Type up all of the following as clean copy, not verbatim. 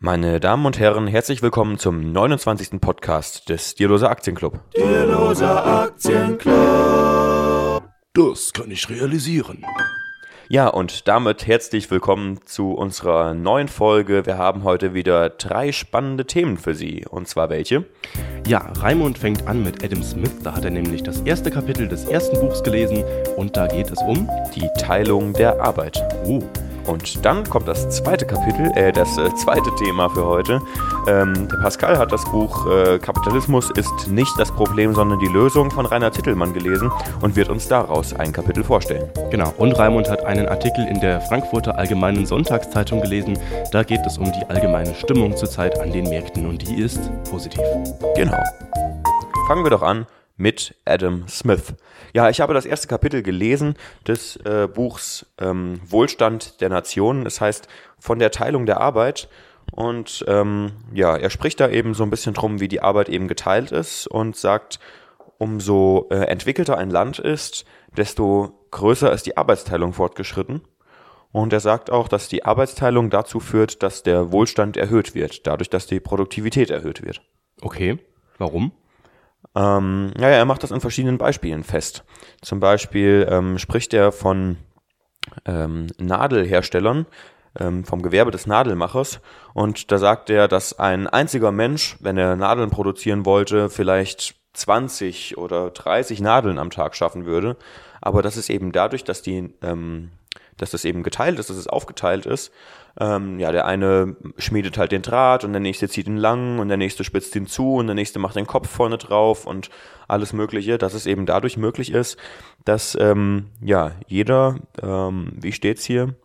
Meine Damen und Herren, herzlich willkommen zum 29. Podcast des Dierloser Aktienclub. Dierloser Aktienclub. Das kann ich realisieren. Ja, und damit herzlich willkommen zu unserer neuen Folge. Wir haben heute wieder 3 spannende Themen für Sie. Und zwar welche? Ja, Raimund fängt an mit Adam Smith. Da hat er nämlich das erste Kapitel des ersten Buchs gelesen. Und da geht es um die Teilung der Arbeit. Und dann kommt das zweite zweite Thema für heute. Der Pascal hat das Buch Kapitalismus ist nicht das Problem, sondern die Lösung von Rainer Zittelmann gelesen und wird uns daraus ein Kapitel vorstellen. Genau, und Raimund hat einen Artikel in der Frankfurter Allgemeinen Sonntagszeitung gelesen. Da geht es um die allgemeine Stimmung zurzeit an den Märkten und die ist positiv. Genau. Fangen wir doch an mit Adam Smith. Ja, ich habe das erste Kapitel gelesen des Buchs Wohlstand der Nationen. Es heißt von der Teilung der Arbeit. Und er spricht da eben so ein bisschen drum, wie die Arbeit eben geteilt ist und sagt, umso entwickelter ein Land ist, desto größer ist die Arbeitsteilung fortgeschritten. Und er sagt auch, dass die Arbeitsteilung dazu führt, dass der Wohlstand erhöht wird, dadurch, dass die Produktivität erhöht wird. Okay, warum? Er macht das an verschiedenen Beispielen fest. Zum Beispiel spricht er von Nadelherstellern, vom Gewerbe des Nadelmachers. Und da sagt er, dass ein einziger Mensch, wenn er Nadeln produzieren wollte, vielleicht 20 oder 30 Nadeln am Tag schaffen würde. Aber das ist eben dadurch, dass das eben geteilt ist, dass es aufgeteilt ist. Der eine schmiedet halt den Draht und der nächste zieht ihn lang und der nächste spitzt ihn zu und der nächste macht den Kopf vorne drauf und alles Mögliche, dass es eben dadurch möglich ist, dass jeder, wie steht's hier?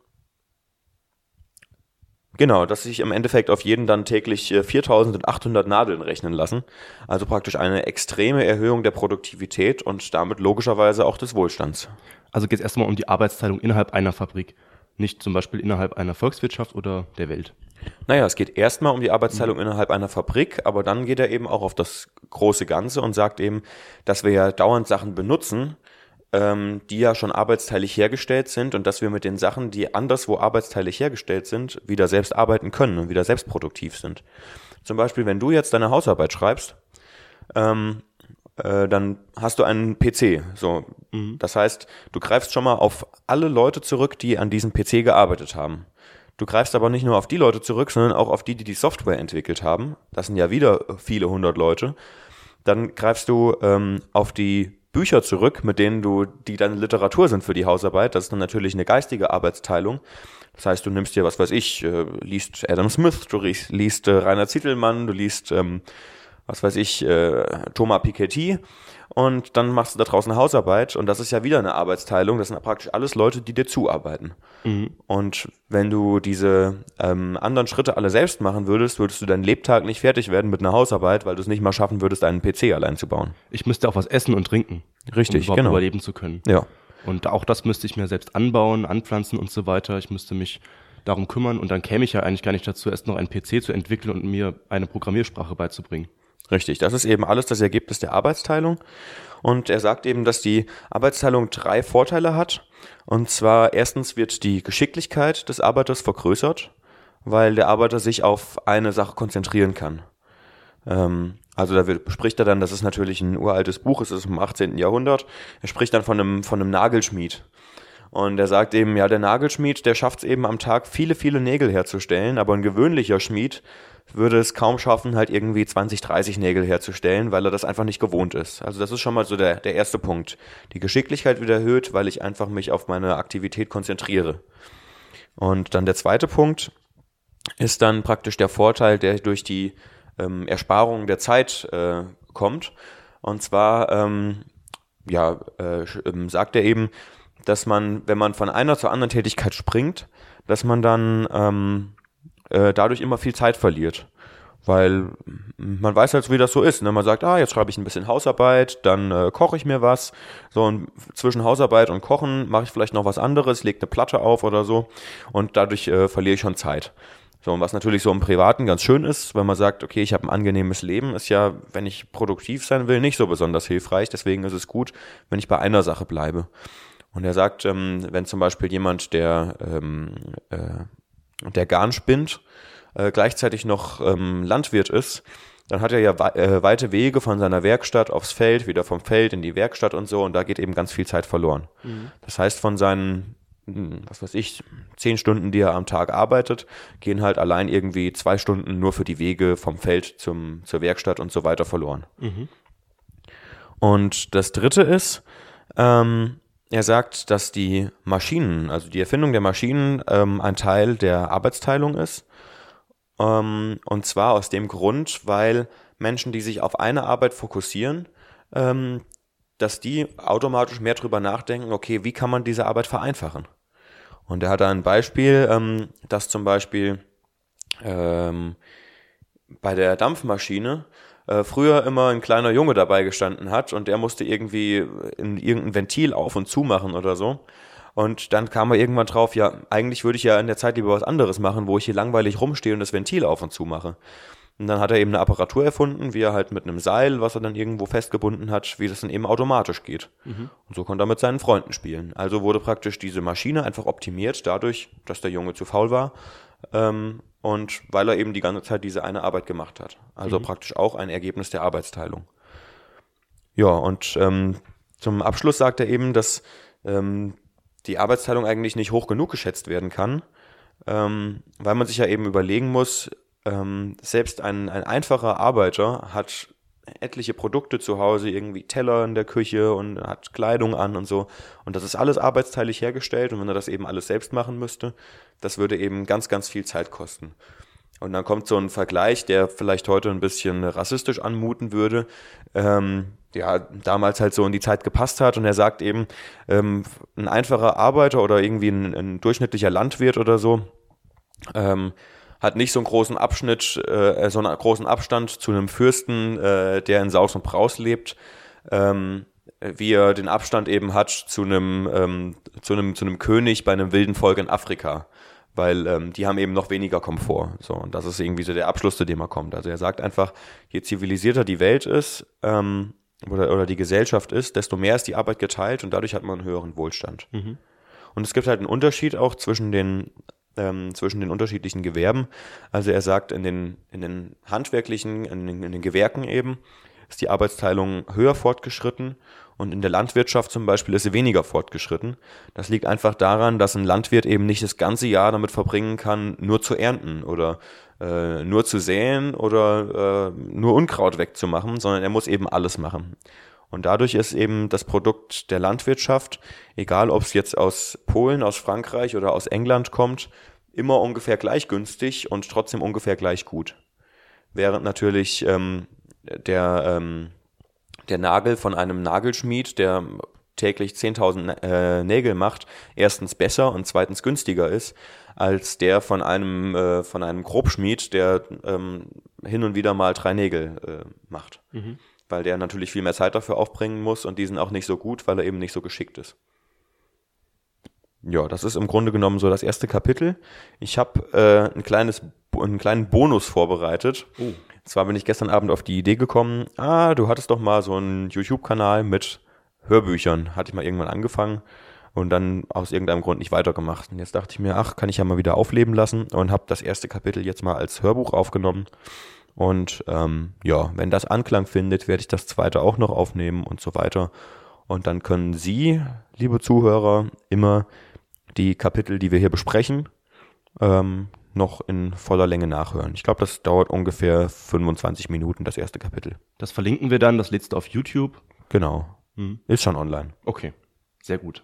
Genau, dass sich im Endeffekt auf jeden dann täglich 4.800 Nadeln rechnen lassen. Also praktisch eine extreme Erhöhung der Produktivität und damit logischerweise auch des Wohlstands. Also geht es erstmal um die Arbeitsteilung innerhalb einer Fabrik, nicht zum Beispiel innerhalb einer Volkswirtschaft oder der Welt. Naja, es geht erstmal um die Arbeitsteilung innerhalb einer Fabrik, aber dann geht er eben auch auf das große Ganze und sagt eben, dass wir ja dauernd Sachen benutzen, die ja schon arbeitsteilig hergestellt sind und dass wir mit den Sachen, die anderswo arbeitsteilig hergestellt sind, wieder selbst arbeiten können und wieder selbst produktiv sind. Zum Beispiel, wenn du jetzt deine Hausarbeit schreibst, dann hast du einen PC. So, Das heißt, du greifst schon mal auf alle Leute zurück, die an diesem PC gearbeitet haben. Du greifst aber nicht nur auf die Leute zurück, sondern auch auf die Software entwickelt haben. Das sind ja wieder viele hundert Leute. Dann greifst du auf die Bücher zurück, mit denen die deine Literatur sind für die Hausarbeit. Das ist dann natürlich eine geistige Arbeitsteilung. Das heißt, du nimmst dir, liest Adam Smith, du liest Rainer Zittelmann, du liest Thomas Piketty und dann machst du da draußen eine Hausarbeit und das ist ja wieder eine Arbeitsteilung, das sind praktisch alles Leute, die dir zuarbeiten. Und wenn du diese anderen Schritte alle selbst machen würdest du deinen Lebtag nicht fertig werden mit einer Hausarbeit, weil du es nicht mal schaffen würdest, einen PC allein zu bauen. Ich müsste auch was essen und trinken, richtig, um überhaupt genau überleben zu können. Ja. Und auch das müsste ich mir selbst anbauen, anpflanzen und so weiter. Ich müsste mich darum kümmern und dann käme ich ja eigentlich gar nicht dazu, erst noch einen PC zu entwickeln und mir eine Programmiersprache beizubringen. Richtig, das ist eben alles das Ergebnis der Arbeitsteilung. Und er sagt eben, dass die Arbeitsteilung 3 Vorteile hat. Und zwar erstens wird die Geschicklichkeit des Arbeiters vergrößert, weil der Arbeiter sich auf eine Sache konzentrieren kann. Spricht er dann, das ist natürlich ein uraltes Buch, es ist im 18. Jahrhundert, er spricht dann von einem Nagelschmied. Und er sagt eben, ja, der Nagelschmied, der schafft es eben am Tag viele, viele Nägel herzustellen, aber ein gewöhnlicher Schmied würde es kaum schaffen, halt irgendwie 20, 30 Nägel herzustellen, weil er das einfach nicht gewohnt ist. Also das ist schon mal so der erste Punkt. Die Geschicklichkeit wird erhöht, weil ich einfach mich auf meine Aktivität konzentriere. Und dann der zweite Punkt ist dann praktisch der Vorteil, der durch die Ersparung der Zeit kommt. Und zwar sagt er eben, dass man, wenn man von einer zur anderen Tätigkeit springt, dass man dann dadurch immer viel Zeit verliert. Weil man weiß halt, wie das so ist. Ne? Man sagt, jetzt schreibe ich ein bisschen Hausarbeit, dann koche ich mir was. So, und zwischen Hausarbeit und Kochen mache ich vielleicht noch was anderes, lege eine Platte auf oder so. Und dadurch verliere ich schon Zeit. So, und was natürlich so im Privaten ganz schön ist, wenn man sagt, okay, ich habe ein angenehmes Leben, ist ja, wenn ich produktiv sein will, nicht so besonders hilfreich. Deswegen ist es gut, wenn ich bei einer Sache bleibe. Und er sagt, wenn zum Beispiel jemand, der Garn spinnt, gleichzeitig noch Landwirt ist, dann hat er ja weite Wege von seiner Werkstatt aufs Feld, wieder vom Feld in die Werkstatt und so, und da geht eben ganz viel Zeit verloren. Das heißt, von seinen 10 Stunden, die er am Tag arbeitet, gehen halt allein irgendwie 2 Stunden nur für die Wege vom Feld zur Werkstatt und so weiter verloren. Und das Dritte ist, er sagt, dass die Maschinen, also die Erfindung der Maschinen, ein Teil der Arbeitsteilung ist. Und zwar aus dem Grund, weil Menschen, die sich auf eine Arbeit fokussieren, dass die automatisch mehr drüber nachdenken, okay, wie kann man diese Arbeit vereinfachen? Und er hat da ein Beispiel, dass zum Beispiel bei der Dampfmaschine früher immer ein kleiner Junge dabei gestanden hat und der musste irgendwie in irgendein Ventil auf und zu machen oder so. Und dann kam er irgendwann drauf, ja, eigentlich würde ich ja in der Zeit lieber was anderes machen, wo ich hier langweilig rumstehe und das Ventil auf und zu mache. Und dann hat er eben eine Apparatur erfunden, wie er halt mit einem Seil, was er dann irgendwo festgebunden hat, wie das dann eben automatisch geht. Und so konnte er mit seinen Freunden spielen. Also wurde praktisch diese Maschine einfach optimiert dadurch, dass der Junge zu faul war. Und weil er eben die ganze Zeit diese eine Arbeit gemacht hat. Also praktisch auch ein Ergebnis der Arbeitsteilung. Ja, und zum Abschluss sagt er eben, dass die Arbeitsteilung eigentlich nicht hoch genug geschätzt werden kann, weil man sich ja eben überlegen muss, selbst ein einfacher Arbeiter hat etliche Produkte zu Hause, irgendwie Teller in der Küche und hat Kleidung an und so. Und das ist alles arbeitsteilig hergestellt, und wenn er das eben alles selbst machen müsste, das würde eben ganz, ganz viel Zeit kosten. Und dann kommt so ein Vergleich, der vielleicht heute ein bisschen rassistisch anmuten würde, damals halt so in die Zeit gepasst hat, und er sagt eben, ein einfacher Arbeiter oder irgendwie ein durchschnittlicher Landwirt oder so, hat nicht so einen großen Abstand zu einem Fürsten, der in Saus und Braus lebt, wie er den Abstand eben hat zu einem König bei einem wilden Volk in Afrika, weil die haben eben noch weniger Komfort. So, und das ist irgendwie so der Abschluss, zu dem er kommt. Also er sagt einfach, je zivilisierter die Welt ist oder die Gesellschaft ist, desto mehr ist die Arbeit geteilt, und dadurch hat man einen höheren Wohlstand. Und es gibt halt einen Unterschied auch zwischen den unterschiedlichen Gewerben. Also er sagt, in den handwerklichen, in den Gewerken eben, ist die Arbeitsteilung höher fortgeschritten, und in der Landwirtschaft zum Beispiel ist sie weniger fortgeschritten. Das liegt einfach daran, dass ein Landwirt eben nicht das ganze Jahr damit verbringen kann, nur zu ernten oder nur zu säen oder nur Unkraut wegzumachen, sondern er muss eben alles machen. Und dadurch ist eben das Produkt der Landwirtschaft, egal ob es jetzt aus Polen, aus Frankreich oder aus England kommt, immer ungefähr gleich günstig und trotzdem ungefähr gleich gut. Während natürlich der Nagel von einem Nagelschmied, der täglich 10.000 Nägel macht, erstens besser und zweitens günstiger ist, als der von einem Grobschmied, der hin und wieder mal 3 Nägel macht. Weil der natürlich viel mehr Zeit dafür aufbringen muss, und die sind auch nicht so gut, weil er eben nicht so geschickt ist. Ja, das ist im Grunde genommen so das erste Kapitel. Ich habe einen kleinen Bonus vorbereitet. Und zwar bin ich gestern Abend auf die Idee gekommen, du hattest doch mal so einen YouTube-Kanal mit Hörbüchern. Hatte ich mal irgendwann angefangen und dann aus irgendeinem Grund nicht weitergemacht. Und jetzt dachte ich mir, kann ich ja mal wieder aufleben lassen, und habe das erste Kapitel jetzt mal als Hörbuch aufgenommen. Und wenn das Anklang findet, werde ich das zweite auch noch aufnehmen und so weiter. Und dann können Sie, liebe Zuhörer, immer die Kapitel, die wir hier besprechen, noch in voller Länge nachhören. Ich glaube, das dauert ungefähr 25 Minuten, das erste Kapitel. Das verlinken wir dann, das lädst du auf YouTube. Genau. Ist schon online. Okay, sehr gut.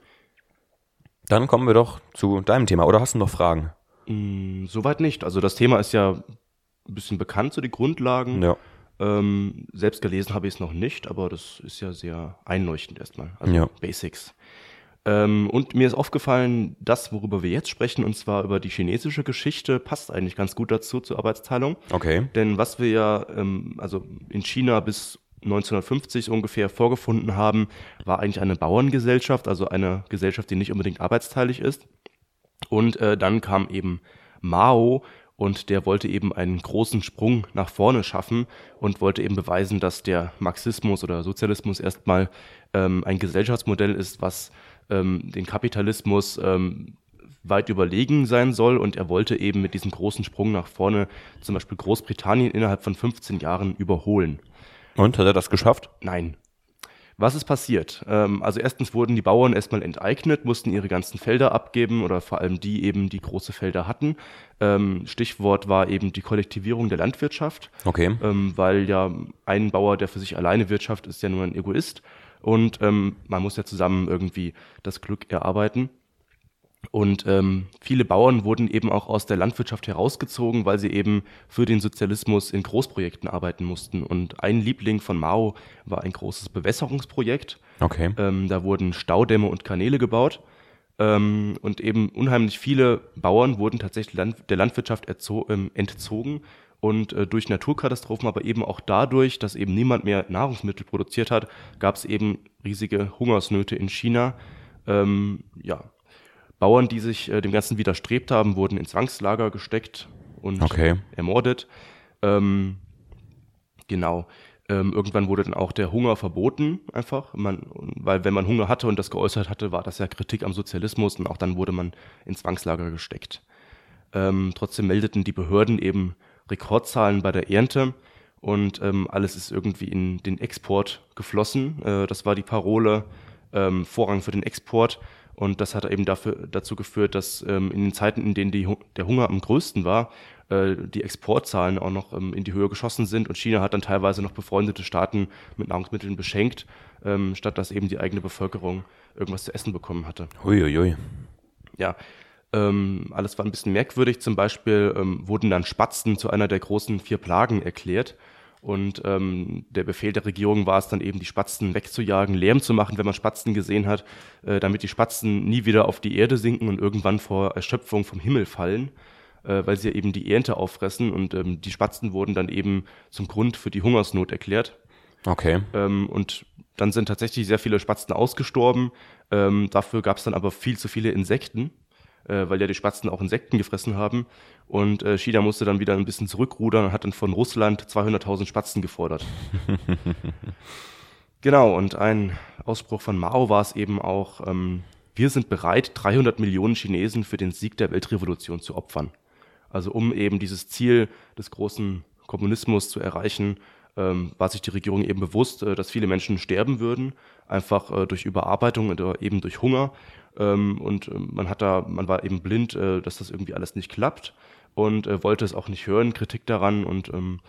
Dann kommen wir doch zu deinem Thema. Oder hast du noch Fragen? Soweit nicht. Also das Thema ist ja ein bisschen bekannt, so die Grundlagen. Ja. Selbst gelesen habe ich es noch nicht, aber das ist ja sehr einleuchtend erstmal. Also Basics. Und mir ist aufgefallen, das, worüber wir jetzt sprechen, und zwar über die chinesische Geschichte, passt eigentlich ganz gut dazu, zur Arbeitsteilung. Okay. Denn was wir ja in China bis 1950 ungefähr vorgefunden haben, war eigentlich eine Bauerngesellschaft, also eine Gesellschaft, die nicht unbedingt arbeitsteilig ist. Und dann kam eben Mao, und der wollte eben einen großen Sprung nach vorne schaffen und wollte eben beweisen, dass der Marxismus oder Sozialismus erstmal ein Gesellschaftsmodell ist, was den Kapitalismus weit überlegen sein soll und er wollte eben mit diesem großen Sprung nach vorne zum Beispiel Großbritannien innerhalb von 15 Jahren überholen. Und, hat er das geschafft? Nein. Was ist passiert? Also erstens wurden die Bauern erstmal enteignet, mussten ihre ganzen Felder abgeben oder vor allem die eben, die große Felder hatten. Stichwort war eben die Kollektivierung der Landwirtschaft. Okay. Weil ja ein Bauer, der für sich alleine wirtschaftet, ist ja nur ein Egoist. Und man muss ja zusammen irgendwie das Glück erarbeiten. Und viele Bauern wurden eben auch aus der Landwirtschaft herausgezogen, weil sie eben für den Sozialismus in Großprojekten arbeiten mussten. Und ein Liebling von Mao war ein großes Bewässerungsprojekt. Okay. Da wurden Staudämme und Kanäle gebaut. Und eben unheimlich viele Bauern wurden tatsächlich der Landwirtschaft entzogen. Und durch Naturkatastrophen, aber eben auch dadurch, dass eben niemand mehr Nahrungsmittel produziert hat, gab es eben riesige Hungersnöte in China. Bauern, die sich dem Ganzen widerstrebt haben, wurden in Zwangslager gesteckt und ermordet. Irgendwann wurde dann auch der Hunger verboten, einfach. Weil wenn man Hunger hatte und das geäußert hatte, war das ja Kritik am Sozialismus und auch dann wurde man in Zwangslager gesteckt. Trotzdem meldeten die Behörden eben Rekordzahlen bei der Ernte und alles ist irgendwie in den Export geflossen. Das war die Parole, Vorrang für den Export. Und das hat eben dazu geführt, dass in den Zeiten, in denen der Hunger am größten war, die Exportzahlen auch noch in die Höhe geschossen sind. Und China hat dann teilweise noch befreundete Staaten mit Nahrungsmitteln beschenkt, statt dass eben die eigene Bevölkerung irgendwas zu essen bekommen hatte. Huiuiui. Ja, alles war ein bisschen merkwürdig. Zum Beispiel wurden dann Spatzen zu einer der großen 4 Plagen erklärt. Und der Befehl der Regierung war es dann eben, die Spatzen wegzujagen, Lärm zu machen, wenn man Spatzen gesehen hat, damit die Spatzen nie wieder auf die Erde sinken und irgendwann vor Erschöpfung vom Himmel fallen, weil sie ja eben die Ernte auffressen. Und die Spatzen wurden dann eben zum Grund für die Hungersnot erklärt. Okay. Und dann sind tatsächlich sehr viele Spatzen ausgestorben. Dafür gab es dann aber viel zu viele Insekten, weil ja die Spatzen auch Insekten gefressen haben. Und China musste dann wieder ein bisschen zurückrudern und hat dann von Russland 200.000 Spatzen gefordert. Genau, und ein Ausspruch von Mao war es eben auch, wir sind bereit, 300 Millionen Chinesen für den Sieg der Weltrevolution zu opfern. Also um eben dieses Ziel des großen Kommunismus zu erreichen, war sich die Regierung eben bewusst, dass viele Menschen sterben würden, einfach durch Überarbeitung oder eben durch Hunger. Und man war eben blind, dass das irgendwie alles nicht klappt und wollte es auch nicht hören, Kritik daran. Und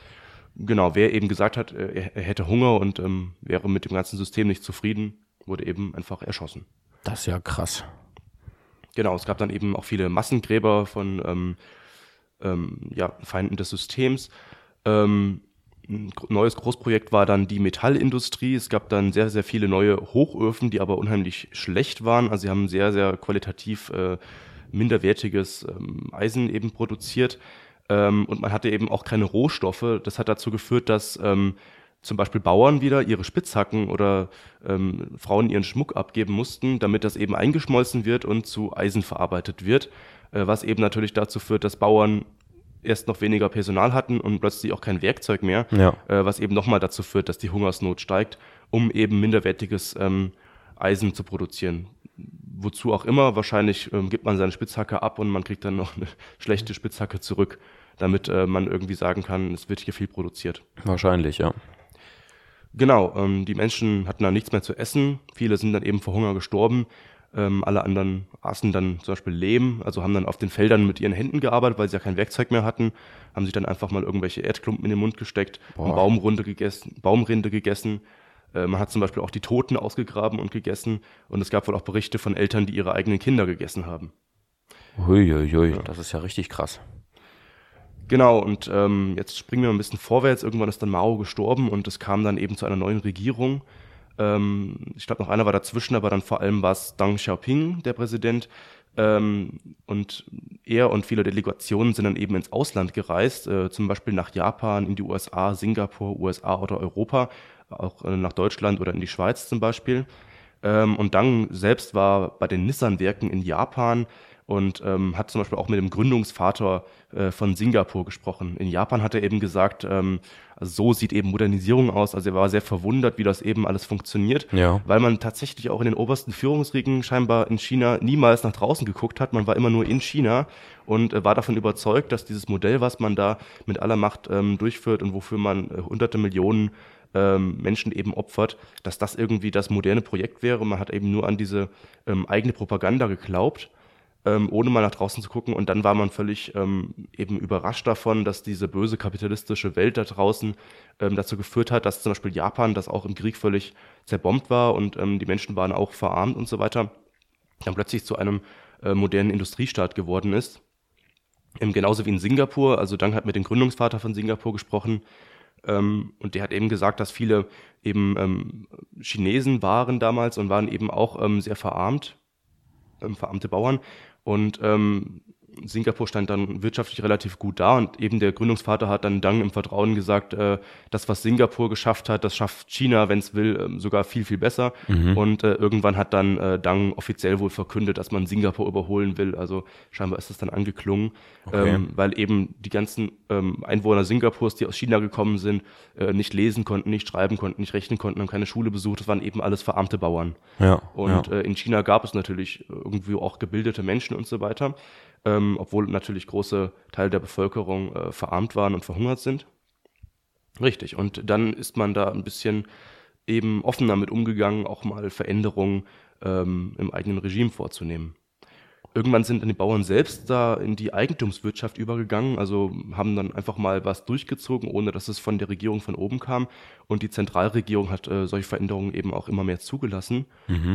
wer eben gesagt hat, er hätte Hunger und wäre mit dem ganzen System nicht zufrieden, wurde eben einfach erschossen. Das ist ja krass. Genau, es gab dann eben auch viele Massengräber von Feinden des Systems. Ein neues Großprojekt war dann die Metallindustrie. Es gab dann sehr, sehr viele neue Hochöfen, die aber unheimlich schlecht waren. Also sie haben sehr, sehr qualitativ minderwertiges Eisen eben produziert. Und man hatte eben auch keine Rohstoffe. Das hat dazu geführt, dass zum Beispiel Bauern wieder ihre Spitzhacken oder Frauen ihren Schmuck abgeben mussten, damit das eben eingeschmolzen wird und zu Eisen verarbeitet wird. Was eben natürlich dazu führt, dass Bauern erst noch weniger Personal hatten und plötzlich auch kein Werkzeug mehr, was eben nochmal dazu führt, dass die Hungersnot steigt, um eben minderwertiges Eisen zu produzieren. Wozu auch immer, wahrscheinlich gibt man seine Spitzhacke ab und man kriegt dann noch eine schlechte Spitzhacke zurück, damit man irgendwie sagen kann, es wird hier viel produziert. Wahrscheinlich, ja. Genau, die Menschen hatten dann nichts mehr zu essen, viele sind dann eben vor Hunger gestorben. Alle anderen aßen dann zum Beispiel Lehm, also haben dann auf den Feldern mit ihren Händen gearbeitet, weil sie ja kein Werkzeug mehr hatten, haben sich dann einfach mal irgendwelche Erdklumpen in den Mund gesteckt, und Baumrinde gegessen. Man hat zum Beispiel auch die Toten ausgegraben und gegessen und es gab wohl auch Berichte von Eltern, die ihre eigenen Kinder gegessen haben. Huiuiui, das ist ja richtig krass. Genau, und jetzt springen wir ein bisschen vorwärts. Irgendwann ist dann Mao gestorben und es kam dann eben zu einer neuen Regierung. Ich glaube, noch einer war dazwischen, aber dann vor allem war es Deng Xiaoping, der Präsident. Und er und viele Delegationen sind dann eben ins Ausland gereist, zum Beispiel nach Japan, in die USA, Singapur, USA oder Europa, auch nach Deutschland oder in die Schweiz zum Beispiel. Und Deng selbst war bei den Nissan-Werken in Japan und hat zum Beispiel auch mit dem Gründungsvater von Singapur gesprochen. In Japan hat er eben gesagt, also so sieht eben Modernisierung aus. Also er war sehr verwundert, wie das eben alles funktioniert, weil man tatsächlich auch in den obersten Führungsriegen scheinbar in China niemals nach draußen geguckt hat. Man war immer nur in China und war davon überzeugt, dass dieses Modell, was man da mit aller Macht durchführt und wofür man hunderte Millionen Menschen eben opfert, dass das irgendwie das moderne Projekt wäre. Man hat eben nur an diese eigene Propaganda geglaubt, ohne mal nach draußen zu gucken. Und dann war man völlig eben überrascht davon, dass diese böse kapitalistische Welt da draußen dazu geführt hat, dass zum Beispiel Japan, das auch im Krieg völlig zerbombt war und die Menschen waren auch verarmt und so weiter, dann plötzlich zu einem modernen Industriestaat geworden ist. Genauso wie in Singapur. Also Deng hat mit dem Gründungsvater von Singapur gesprochen, und der hat eben gesagt, dass viele eben Chinesen waren damals und waren eben auch sehr verarmt, verarmte Bauern. Und Singapur stand dann wirtschaftlich relativ gut da und eben der Gründungsvater hat dann Deng im Vertrauen gesagt, das, was Singapur geschafft hat, das schafft China, wenn es will, sogar viel, viel besser. Und irgendwann hat dann Deng offiziell wohl verkündet, dass man Singapur überholen will. Also scheinbar ist das dann angeklungen, weil eben die ganzen Einwohner Singapurs, die aus China gekommen sind, nicht lesen konnten, nicht schreiben konnten, nicht rechnen konnten, haben keine Schule besucht. Das waren eben alles verarmte Bauern. In China gab es natürlich irgendwie auch gebildete Menschen und so weiter. Obwohl natürlich große Teile der Bevölkerung verarmt waren und verhungert sind. Richtig, und dann ist man da ein bisschen eben offener mit umgegangen, auch mal Veränderungen im eigenen Regime vorzunehmen. Irgendwann sind dann die Bauern selbst da in die Eigentumswirtschaft übergegangen, also haben dann einfach mal was durchgezogen, ohne dass es von der Regierung von oben kam. Und die Zentralregierung hat solche Veränderungen eben auch immer mehr zugelassen.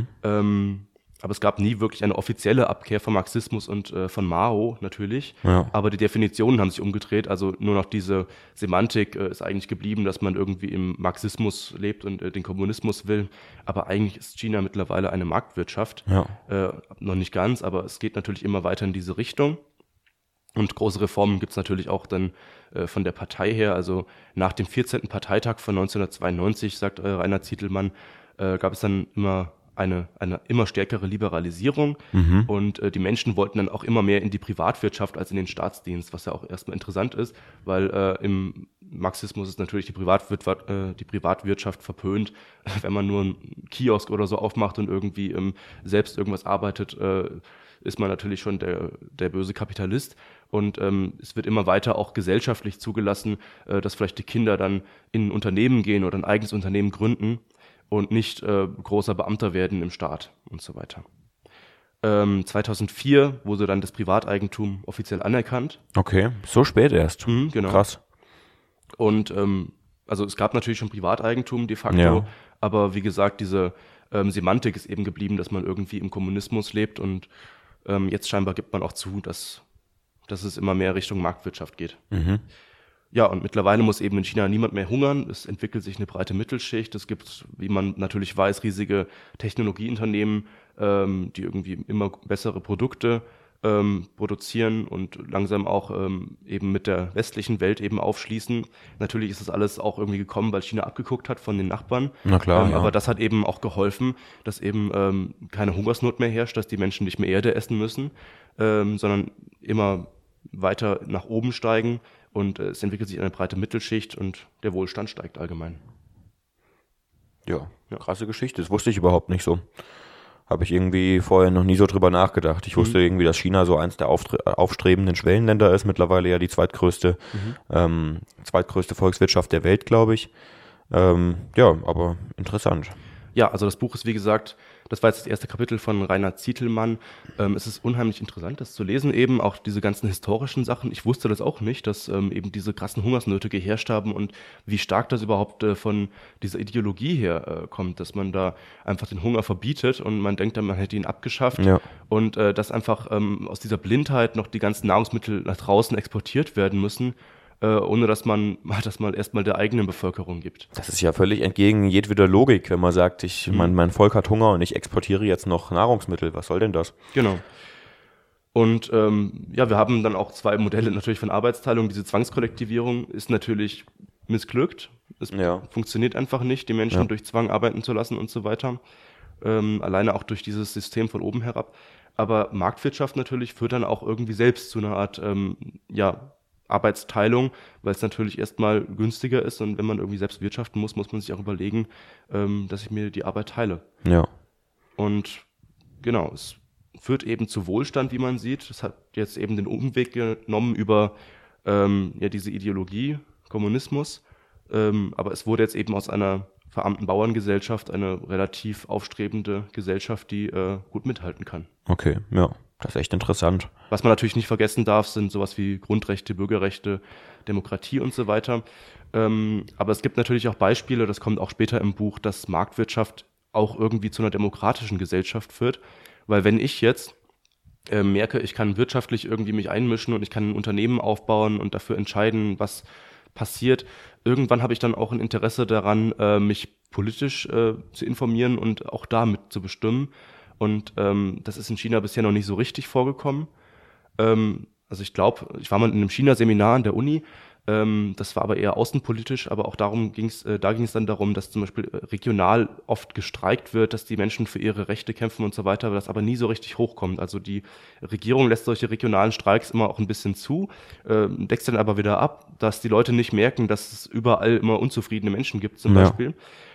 Aber es gab nie wirklich eine offizielle Abkehr vom Marxismus und von Mao natürlich. Aber die Definitionen haben sich umgedreht. Also nur noch diese Semantik ist eigentlich geblieben, dass man irgendwie im Marxismus lebt und den Kommunismus will. Aber eigentlich ist China mittlerweile eine Marktwirtschaft. Noch nicht ganz, aber es geht natürlich immer weiter in diese Richtung. Und große Reformen gibt es natürlich auch dann von der Partei her. Also nach dem 14. Parteitag von 1992, sagt Reinhard Zitelmann, gab es dann immer eine immer stärkere Liberalisierung und die Menschen wollten dann auch immer mehr in die Privatwirtschaft als in den Staatsdienst, was ja auch erstmal interessant ist, weil im Marxismus ist natürlich die Privatwirtschaft verpönt. Wenn man nur einen Kiosk oder so aufmacht und irgendwie selbst irgendwas arbeitet, ist man natürlich schon der böse Kapitalist. Und es wird immer weiter auch gesellschaftlich zugelassen, dass vielleicht die Kinder dann in ein Unternehmen gehen oder ein eigenes Unternehmen gründen und nicht großer Beamter werden im Staat und so weiter. 2004 wurde dann das Privateigentum offiziell anerkannt. Okay, so spät erst. Genau. Krass. Und also es gab natürlich schon Privateigentum de facto, aber wie gesagt, diese Semantik ist eben geblieben, dass man irgendwie im Kommunismus lebt und jetzt scheinbar gibt man auch zu, dass es immer mehr Richtung Marktwirtschaft geht. Ja, und mittlerweile muss eben in China niemand mehr hungern. Es entwickelt sich eine breite Mittelschicht. Es gibt, wie man natürlich weiß, riesige Technologieunternehmen, die irgendwie immer bessere Produkte produzieren und langsam auch eben mit der westlichen Welt eben aufschließen. Natürlich ist das alles auch irgendwie gekommen, weil China abgeguckt hat von den Nachbarn. Na klar, Aber das hat eben auch geholfen, dass eben keine Hungersnot mehr herrscht, dass die Menschen nicht mehr Erde essen müssen, sondern immer weiter nach oben steigen. Und es entwickelt sich eine breite Mittelschicht und der Wohlstand steigt allgemein. Ja, krasse Geschichte. Das wusste ich überhaupt nicht so. Habe ich irgendwie vorher noch nie so drüber nachgedacht. Ich wusste irgendwie, dass China so eins der aufstrebenden Schwellenländer ist. Mittlerweile ja die zweitgrößte Volkswirtschaft der Welt, glaube ich. Aber interessant. Ja, also das Buch ist, wie gesagt, das war jetzt das erste Kapitel von Reinhard Zitelmann. Es ist unheimlich interessant, das zu lesen, eben auch diese ganzen historischen Sachen. Ich wusste das auch nicht, dass eben diese krassen Hungersnöte geherrscht haben und wie stark das überhaupt von dieser Ideologie her kommt, dass man da einfach den Hunger verbietet und man denkt dann, man hätte ihn abgeschafft und dass einfach aus dieser Blindheit noch die ganzen Nahrungsmittel nach draußen exportiert werden müssen, ohne dass man das mal erstmal der eigenen Bevölkerung gibt. Das ist ja völlig entgegen jedweder Logik, wenn man sagt, mein Volk hat Hunger und ich exportiere jetzt noch Nahrungsmittel. Was soll denn das? Genau. Und wir haben dann auch zwei Modelle natürlich von Arbeitsteilung. Diese Zwangskollektivierung ist natürlich missglückt. Es funktioniert einfach nicht, die Menschen durch Zwang arbeiten zu lassen und so weiter. alleine auch durch dieses System von oben herab. Aber Marktwirtschaft natürlich führt dann auch irgendwie selbst zu einer Art Arbeitsteilung, weil es natürlich erstmal günstiger ist und wenn man irgendwie selbst wirtschaften muss, muss man sich auch überlegen, dass ich mir die Arbeit teile. Ja. Und genau, es führt eben zu Wohlstand, wie man sieht. Es hat jetzt eben den Umweg genommen über diese Ideologie, Kommunismus, aber es wurde jetzt eben aus einer verarmten Bauerngesellschaft eine relativ aufstrebende Gesellschaft, die gut mithalten kann. Okay, ja, das ist echt interessant. Was man natürlich nicht vergessen darf, sind sowas wie Grundrechte, Bürgerrechte, Demokratie und so weiter. Aber es gibt natürlich auch Beispiele, das kommt auch später im Buch, dass Marktwirtschaft auch irgendwie zu einer demokratischen Gesellschaft führt. Weil wenn ich jetzt merke, ich kann wirtschaftlich irgendwie mich einmischen und ich kann ein Unternehmen aufbauen und dafür entscheiden, was passiert, irgendwann habe ich dann auch ein Interesse daran, mich politisch zu informieren und auch damit zu bestimmen. Und das ist in China bisher noch nicht so richtig vorgekommen. Also ich glaube, ich war mal in einem China-Seminar an der Uni, das war aber eher außenpolitisch, aber auch da ging es dann darum, dass zum Beispiel regional oft gestreikt wird, dass die Menschen für ihre Rechte kämpfen und so weiter, das aber nie so richtig hochkommt. Also die Regierung lässt solche regionalen Streiks immer auch ein bisschen zu, deckt dann aber wieder ab, dass die Leute nicht merken, dass es überall immer unzufriedene Menschen gibt zum Beispiel.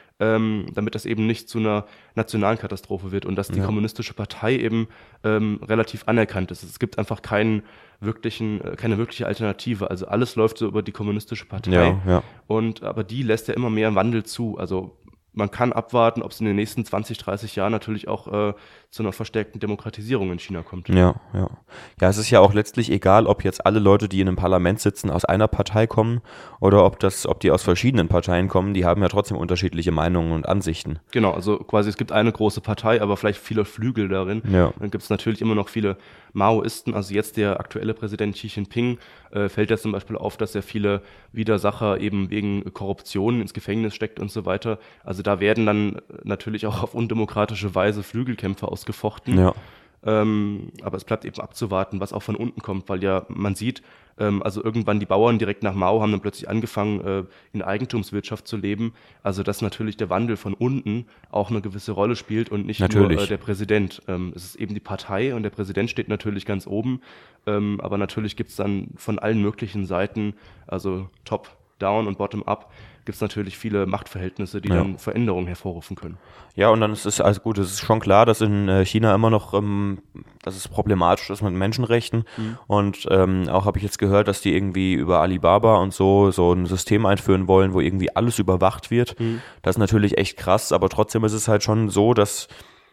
Damit das eben nicht zu einer nationalen Katastrophe wird und dass die kommunistische Partei eben relativ anerkannt ist. Es gibt einfach keine wirkliche Alternative. Also alles läuft so über die kommunistische Partei. Aber die lässt ja immer mehr Wandel zu. Also man kann abwarten, ob es in den nächsten 20, 30 Jahren natürlich auch zu einer verstärkten Demokratisierung in China kommt. Ja, es ist ja auch letztlich egal, ob jetzt alle Leute, die in einem Parlament sitzen, aus einer Partei kommen oder ob die aus verschiedenen Parteien kommen, die haben ja trotzdem unterschiedliche Meinungen und Ansichten. Genau, also quasi es gibt eine große Partei, aber vielleicht viele Flügel darin. Ja. Dann gibt es natürlich immer noch viele Maoisten, also jetzt der aktuelle Präsident Xi Jinping fällt ja zum Beispiel auf, dass er viele Widersacher eben wegen Korruption ins Gefängnis steckt und so weiter. Also da werden dann natürlich auch auf undemokratische Weise Flügelkämpfe ausgefochten. Ja. Aber es bleibt eben abzuwarten, was auch von unten kommt, weil ja man sieht, also irgendwann die Bauern direkt nach Mao haben dann plötzlich angefangen, in Eigentumswirtschaft zu leben. Also dass natürlich der Wandel von unten auch eine gewisse Rolle spielt und nicht nur der Präsident. Es ist eben die Partei und der Präsident steht natürlich ganz oben. Aber natürlich gibt es dann von allen möglichen Seiten, also Top-Down und Bottom-Up, gibt es natürlich viele Machtverhältnisse, die dann Veränderungen hervorrufen können. Ja, und dann ist es also gut, es ist schon klar, dass in China immer noch, dass es problematisch ist mit Menschenrechten. Und auch habe ich jetzt gehört, dass die irgendwie über Alibaba und so ein System einführen wollen, wo irgendwie alles überwacht wird. Das ist natürlich echt krass, aber trotzdem ist es halt schon so, dass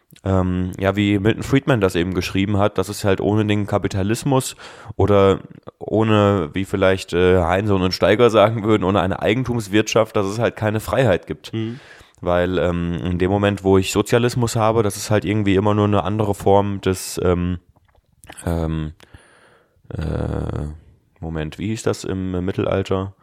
wie Milton Friedman das eben geschrieben hat, dass es halt ohne den Kapitalismus oder ohne, wie vielleicht Heinsohn und Steiger sagen würden, ohne eine Eigentumswirtschaft, dass es halt keine Freiheit gibt. Weil in dem Moment, wo ich Sozialismus habe, das ist halt irgendwie immer nur eine andere Form des Moment, wie hieß das im Mittelalter?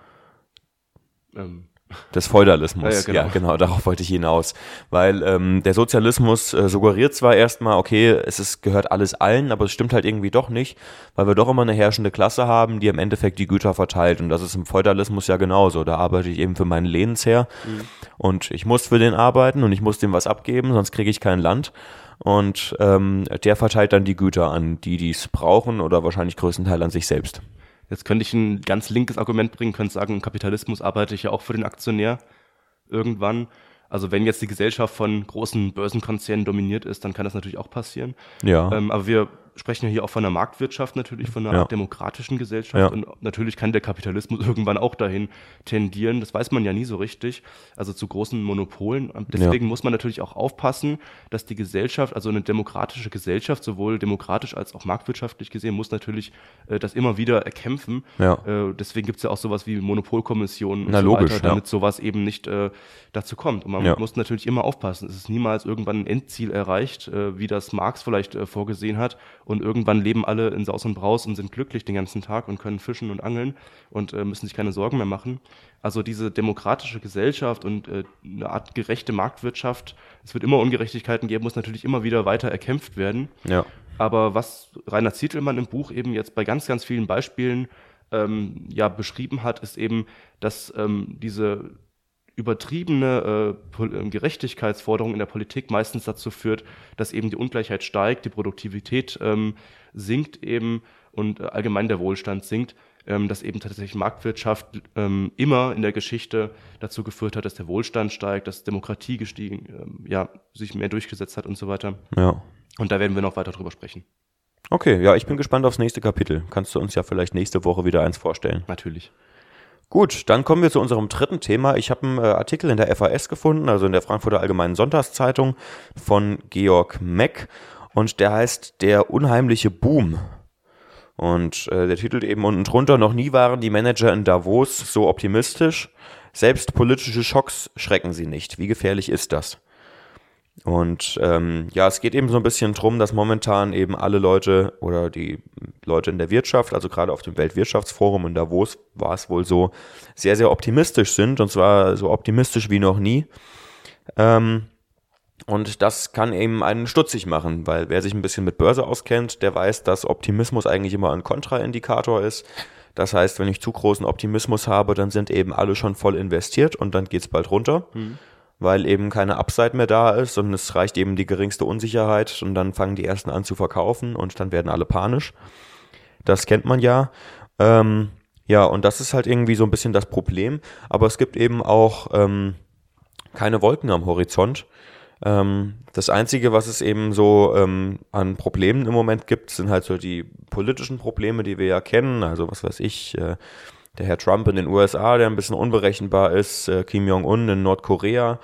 Des Feudalismus, ja, genau, darauf wollte ich hinaus. Weil der Sozialismus suggeriert zwar erstmal, okay, gehört alles allen, aber es stimmt halt irgendwie doch nicht, weil wir doch immer eine herrschende Klasse haben, die im Endeffekt die Güter verteilt. Und das ist im Feudalismus ja genauso. Da arbeite ich eben für meinen Lehnsherr und ich muss für den arbeiten und ich muss dem was abgeben, sonst kriege ich kein Land. Und der verteilt dann die Güter an die es brauchen oder wahrscheinlich größtenteils an sich selbst. Jetzt könnte ich ein ganz linkes Argument bringen, könnte sagen, im Kapitalismus arbeite ich ja auch für den Aktionär irgendwann. Also wenn jetzt die Gesellschaft von großen Börsenkonzernen dominiert ist, dann kann das natürlich auch passieren. Ja. Aber wir sprechen ja hier auch von einer Marktwirtschaft natürlich, von einer demokratischen Gesellschaft. Und natürlich kann der Kapitalismus irgendwann auch dahin tendieren. Das weiß man ja nie so richtig. Also zu großen Monopolen. Und deswegen muss man natürlich auch aufpassen, dass die Gesellschaft, also eine demokratische Gesellschaft, sowohl demokratisch als auch marktwirtschaftlich gesehen, muss natürlich das immer wieder erkämpfen. Deswegen gibt es ja auch sowas wie Monopolkommissionen und so weiter, damit sowas eben nicht dazu kommt. Und man muss natürlich immer aufpassen. Es ist niemals irgendwann ein Endziel erreicht, wie das Marx vielleicht vorgesehen hat. Und irgendwann leben alle in Saus und Braus und sind glücklich den ganzen Tag und können fischen und angeln und müssen sich keine Sorgen mehr machen. Also diese demokratische Gesellschaft und eine Art gerechte Marktwirtschaft, es wird immer Ungerechtigkeiten geben, muss natürlich immer wieder weiter erkämpft werden. Ja. Aber was Rainer Zietelmann im Buch eben jetzt bei ganz, ganz vielen Beispielen beschrieben hat, ist eben, dass diese übertriebene Gerechtigkeitsforderung in der Politik meistens dazu führt, dass eben die Ungleichheit steigt, die Produktivität sinkt eben und allgemein der Wohlstand sinkt, dass eben tatsächlich Marktwirtschaft immer in der Geschichte dazu geführt hat, dass der Wohlstand steigt, dass Demokratie gestiegen, sich mehr durchgesetzt hat und so weiter. Ja. Und da werden wir noch weiter drüber sprechen. Okay, ja, ich bin gespannt aufs nächste Kapitel. Kannst du uns ja vielleicht nächste Woche wieder eins vorstellen? Natürlich. Gut, dann kommen wir zu unserem dritten Thema. Ich habe einen Artikel in der FAZ gefunden, also in der Frankfurter Allgemeinen Sonntagszeitung von Georg Meck, und der heißt Der unheimliche Boom. Und der Titel eben unten drunter: Noch nie waren die Manager in Davos so optimistisch. Selbst politische Schocks schrecken sie nicht. Wie gefährlich ist das? Und es geht eben so ein bisschen drum, dass momentan eben alle Leute oder die Leute in der Wirtschaft, also gerade auf dem Weltwirtschaftsforum in Davos war es wohl so, sehr, sehr optimistisch sind, und zwar so optimistisch wie noch nie. Und das kann eben einen stutzig machen, weil wer sich ein bisschen mit Börse auskennt, der weiß, dass Optimismus eigentlich immer ein Kontraindikator ist. Das heißt, wenn ich zu großen Optimismus habe, dann sind eben alle schon voll investiert und dann geht's bald runter. Weil eben keine Upside mehr da ist und es reicht eben die geringste Unsicherheit und dann fangen die Ersten an zu verkaufen und dann werden alle panisch. Das kennt man ja. Und das ist halt irgendwie so ein bisschen das Problem. Aber es gibt eben auch keine Wolken am Horizont. Das Einzige, was es eben so an Problemen im Moment gibt, sind halt so die politischen Probleme, die wir ja kennen. Also was weiß ich, der Herr Trump in den USA, der ein bisschen unberechenbar ist, Kim Jong-un in Nordkorea,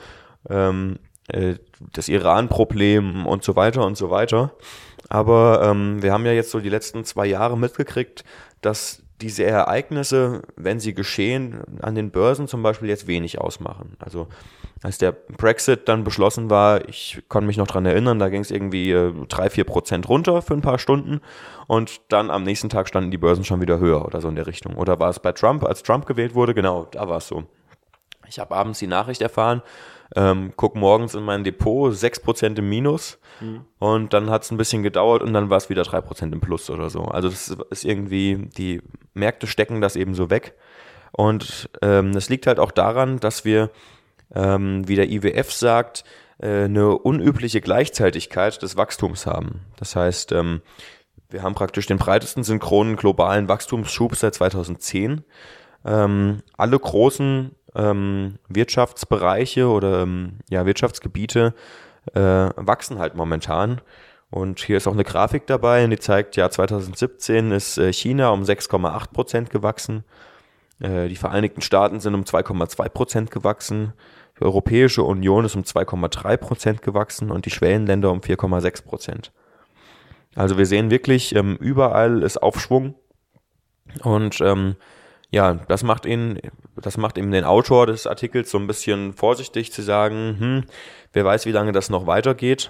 das Iran-Problem und so weiter und so weiter. Aber wir haben ja jetzt so die letzten 2 Jahre mitgekriegt, dass diese Ereignisse, wenn sie geschehen, an den Börsen zum Beispiel jetzt wenig ausmachen. Also als der Brexit dann beschlossen war, ich kann mich noch dran erinnern, da ging es irgendwie 3-4% runter für ein paar Stunden und dann am nächsten Tag standen die Börsen schon wieder höher oder so in der Richtung. Oder war es bei Trump, als Trump gewählt wurde? Genau, da war es so. Ich habe abends die Nachricht erfahren, guck morgens in mein Depot, 6% im Minus und dann hat es ein bisschen gedauert und dann war es wieder 3% im Plus oder so. Also das ist irgendwie, die Märkte stecken das eben so weg und das liegt halt auch daran, dass wir, wie der IWF sagt, eine unübliche Gleichzeitigkeit des Wachstums haben. Das heißt, wir haben praktisch den breitesten synchronen globalen Wachstumsschub seit 2010. Alle großen Wirtschaftsbereiche oder Wirtschaftsgebiete wachsen halt momentan. Und hier ist auch eine Grafik dabei, und die zeigt, ja, 2017 ist China um 6,8% gewachsen. Die Vereinigten Staaten sind um 2,2% gewachsen. Die Europäische Union ist um 2,3% gewachsen und die Schwellenländer um 4,6%. Also wir sehen wirklich, überall ist Aufschwung. Und das macht eben den Autor des Artikels so ein bisschen vorsichtig zu sagen, wer weiß, wie lange das noch weitergeht.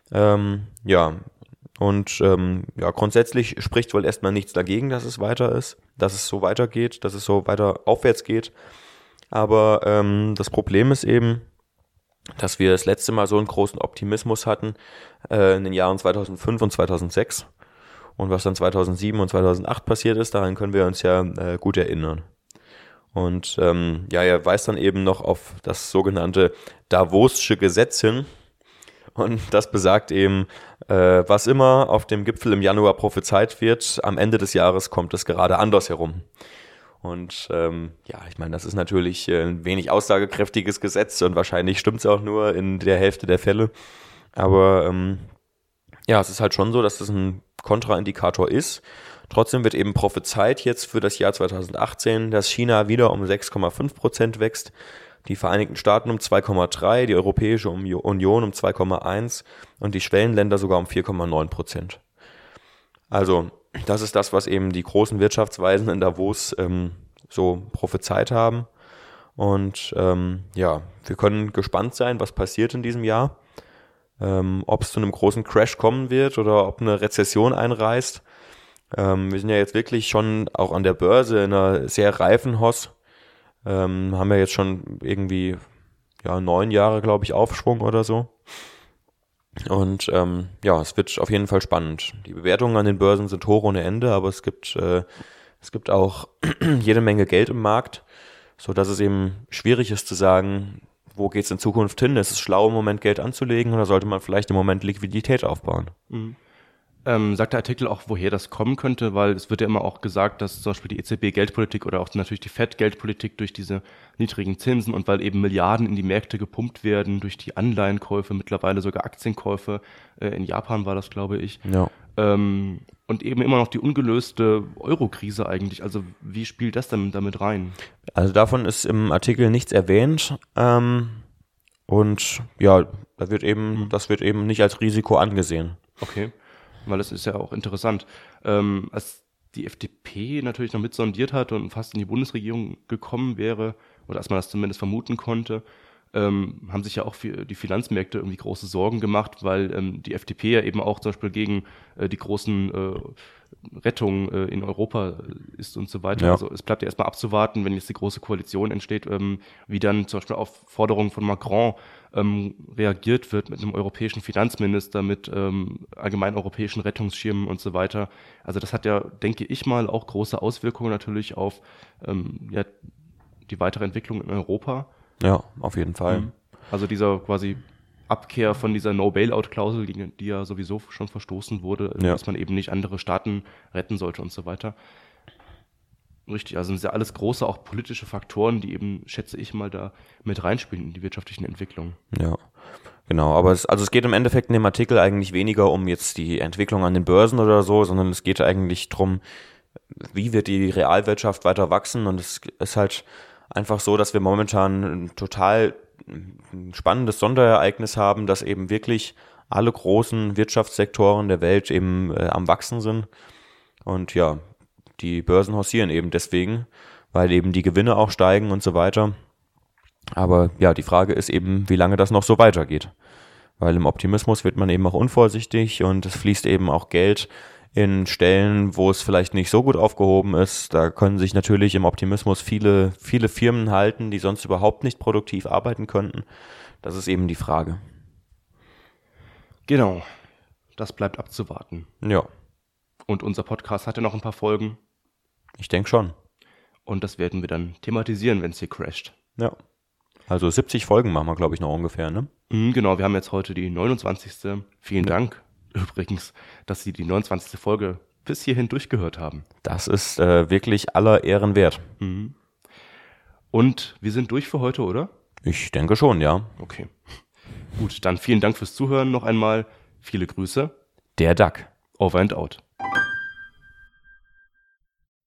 Grundsätzlich spricht wohl erstmal nichts dagegen, dass es weiter ist, dass es so weitergeht, dass es so weiter aufwärts geht. Aber das Problem ist eben, dass wir das letzte Mal so einen großen Optimismus hatten in den Jahren 2005 und 2006. Und was dann 2007 und 2008 passiert ist, daran können wir uns ja gut erinnern. Und er weist dann eben noch auf das sogenannte Davos'sche Gesetz hin. Und das besagt eben, was immer auf dem Gipfel im Januar prophezeit wird, am Ende des Jahres kommt es gerade anders herum. Und ich meine, das ist natürlich ein wenig aussagekräftiges Gesetz und wahrscheinlich stimmt es auch nur in der Hälfte der Fälle. Aber es ist halt schon so, dass das ein Kontraindikator ist. Trotzdem wird eben prophezeit jetzt für das Jahr 2018, dass China wieder um 6,5% wächst, die Vereinigten Staaten um 2,3%, die Europäische Union um 2,1% und die Schwellenländer sogar um 4,9%. Also das ist das, was eben die großen Wirtschaftsweisen in Davos so prophezeit haben. Und wir können gespannt sein, was passiert in diesem Jahr. Ob es zu einem großen Crash kommen wird oder ob eine Rezession einreißt. Wir sind ja jetzt wirklich schon auch an der Börse in einer sehr reifen Hoss. Haben ja jetzt schon irgendwie 9 Jahre, glaube ich, Aufschwung oder so. Und es wird auf jeden Fall spannend. Die Bewertungen an den Börsen sind hoch ohne Ende, aber es gibt auch jede Menge Geld im Markt, sodass es eben schwierig ist zu sagen, wo geht es in Zukunft hin? Ist es schlau, im Moment Geld anzulegen oder sollte man vielleicht im Moment Liquidität aufbauen? Sagt der Artikel auch, woher das kommen könnte? Weil es wird ja immer auch gesagt, dass zum Beispiel die EZB-Geldpolitik oder auch natürlich die FED-Geldpolitik durch diese niedrigen Zinsen und weil eben Milliarden in die Märkte gepumpt werden durch die Anleihenkäufe, mittlerweile sogar Aktienkäufe, in Japan war das, glaube ich. Ja. Und eben immer noch die ungelöste Euro-Krise eigentlich. Also wie spielt das denn damit rein? Also davon ist im Artikel nichts erwähnt. Und ja, das wird eben nicht als Risiko angesehen. Okay, weil das ist ja auch interessant. Als die FDP natürlich noch mit sondiert hat und fast in die Bundesregierung gekommen wäre, oder als man das zumindest vermuten konnte, haben sich ja auch für die Finanzmärkte irgendwie große Sorgen gemacht, weil die FDP ja eben auch zum Beispiel gegen die großen Rettungen in Europa ist und so weiter. Ja. Also es bleibt ja erstmal abzuwarten, wenn jetzt die große Koalition entsteht, wie dann zum Beispiel auf Forderungen von Macron reagiert wird mit einem europäischen Finanzminister, mit allgemein europäischen Rettungsschirmen und so weiter. Also das hat ja, denke ich mal, auch große Auswirkungen natürlich auf die weitere Entwicklung in Europa. Ja, auf jeden Fall. Also dieser quasi Abkehr von dieser No-Bailout-Klausel, gegen die ja sowieso schon verstoßen wurde, dass man eben nicht andere Staaten retten sollte und so weiter. Richtig, also sind ja alles große, auch politische Faktoren, die eben, schätze ich mal, da mit reinspielen in die wirtschaftlichen Entwicklungen. Ja, genau. Aber es geht im Endeffekt in dem Artikel eigentlich weniger um jetzt die Entwicklung an den Börsen oder so, sondern es geht eigentlich darum, wie wird die Realwirtschaft weiter wachsen. Und es ist halt einfach so, dass wir momentan ein total spannendes Sonderereignis haben, dass eben wirklich alle großen Wirtschaftssektoren der Welt eben am Wachsen sind. Und ja, die Börsen hausieren eben deswegen, weil eben die Gewinne auch steigen und so weiter. Aber ja, die Frage ist eben, wie lange das noch so weitergeht. Weil im Optimismus wird man eben auch unvorsichtig und es fließt eben auch Geld in Stellen, wo es vielleicht nicht so gut aufgehoben ist. Da können sich natürlich im Optimismus viele Firmen halten, die sonst überhaupt nicht produktiv arbeiten könnten. Das ist eben die Frage. Genau, das bleibt abzuwarten. Ja. Und unser Podcast hat ja noch ein paar Folgen. Ich denke schon. Und das werden wir dann thematisieren, wenn es hier crasht. Ja. Also 70 Folgen machen wir, glaube ich, noch ungefähr, ne? Genau, wir haben jetzt heute die 29. Vielen Dank übrigens, dass Sie die 29. Folge bis hierhin durchgehört haben. Das ist wirklich aller Ehren wert. Und wir sind durch für heute, oder? Ich denke schon, ja. Okay. Gut, dann vielen Dank fürs Zuhören noch einmal. Viele Grüße. Der Duck. Over and out.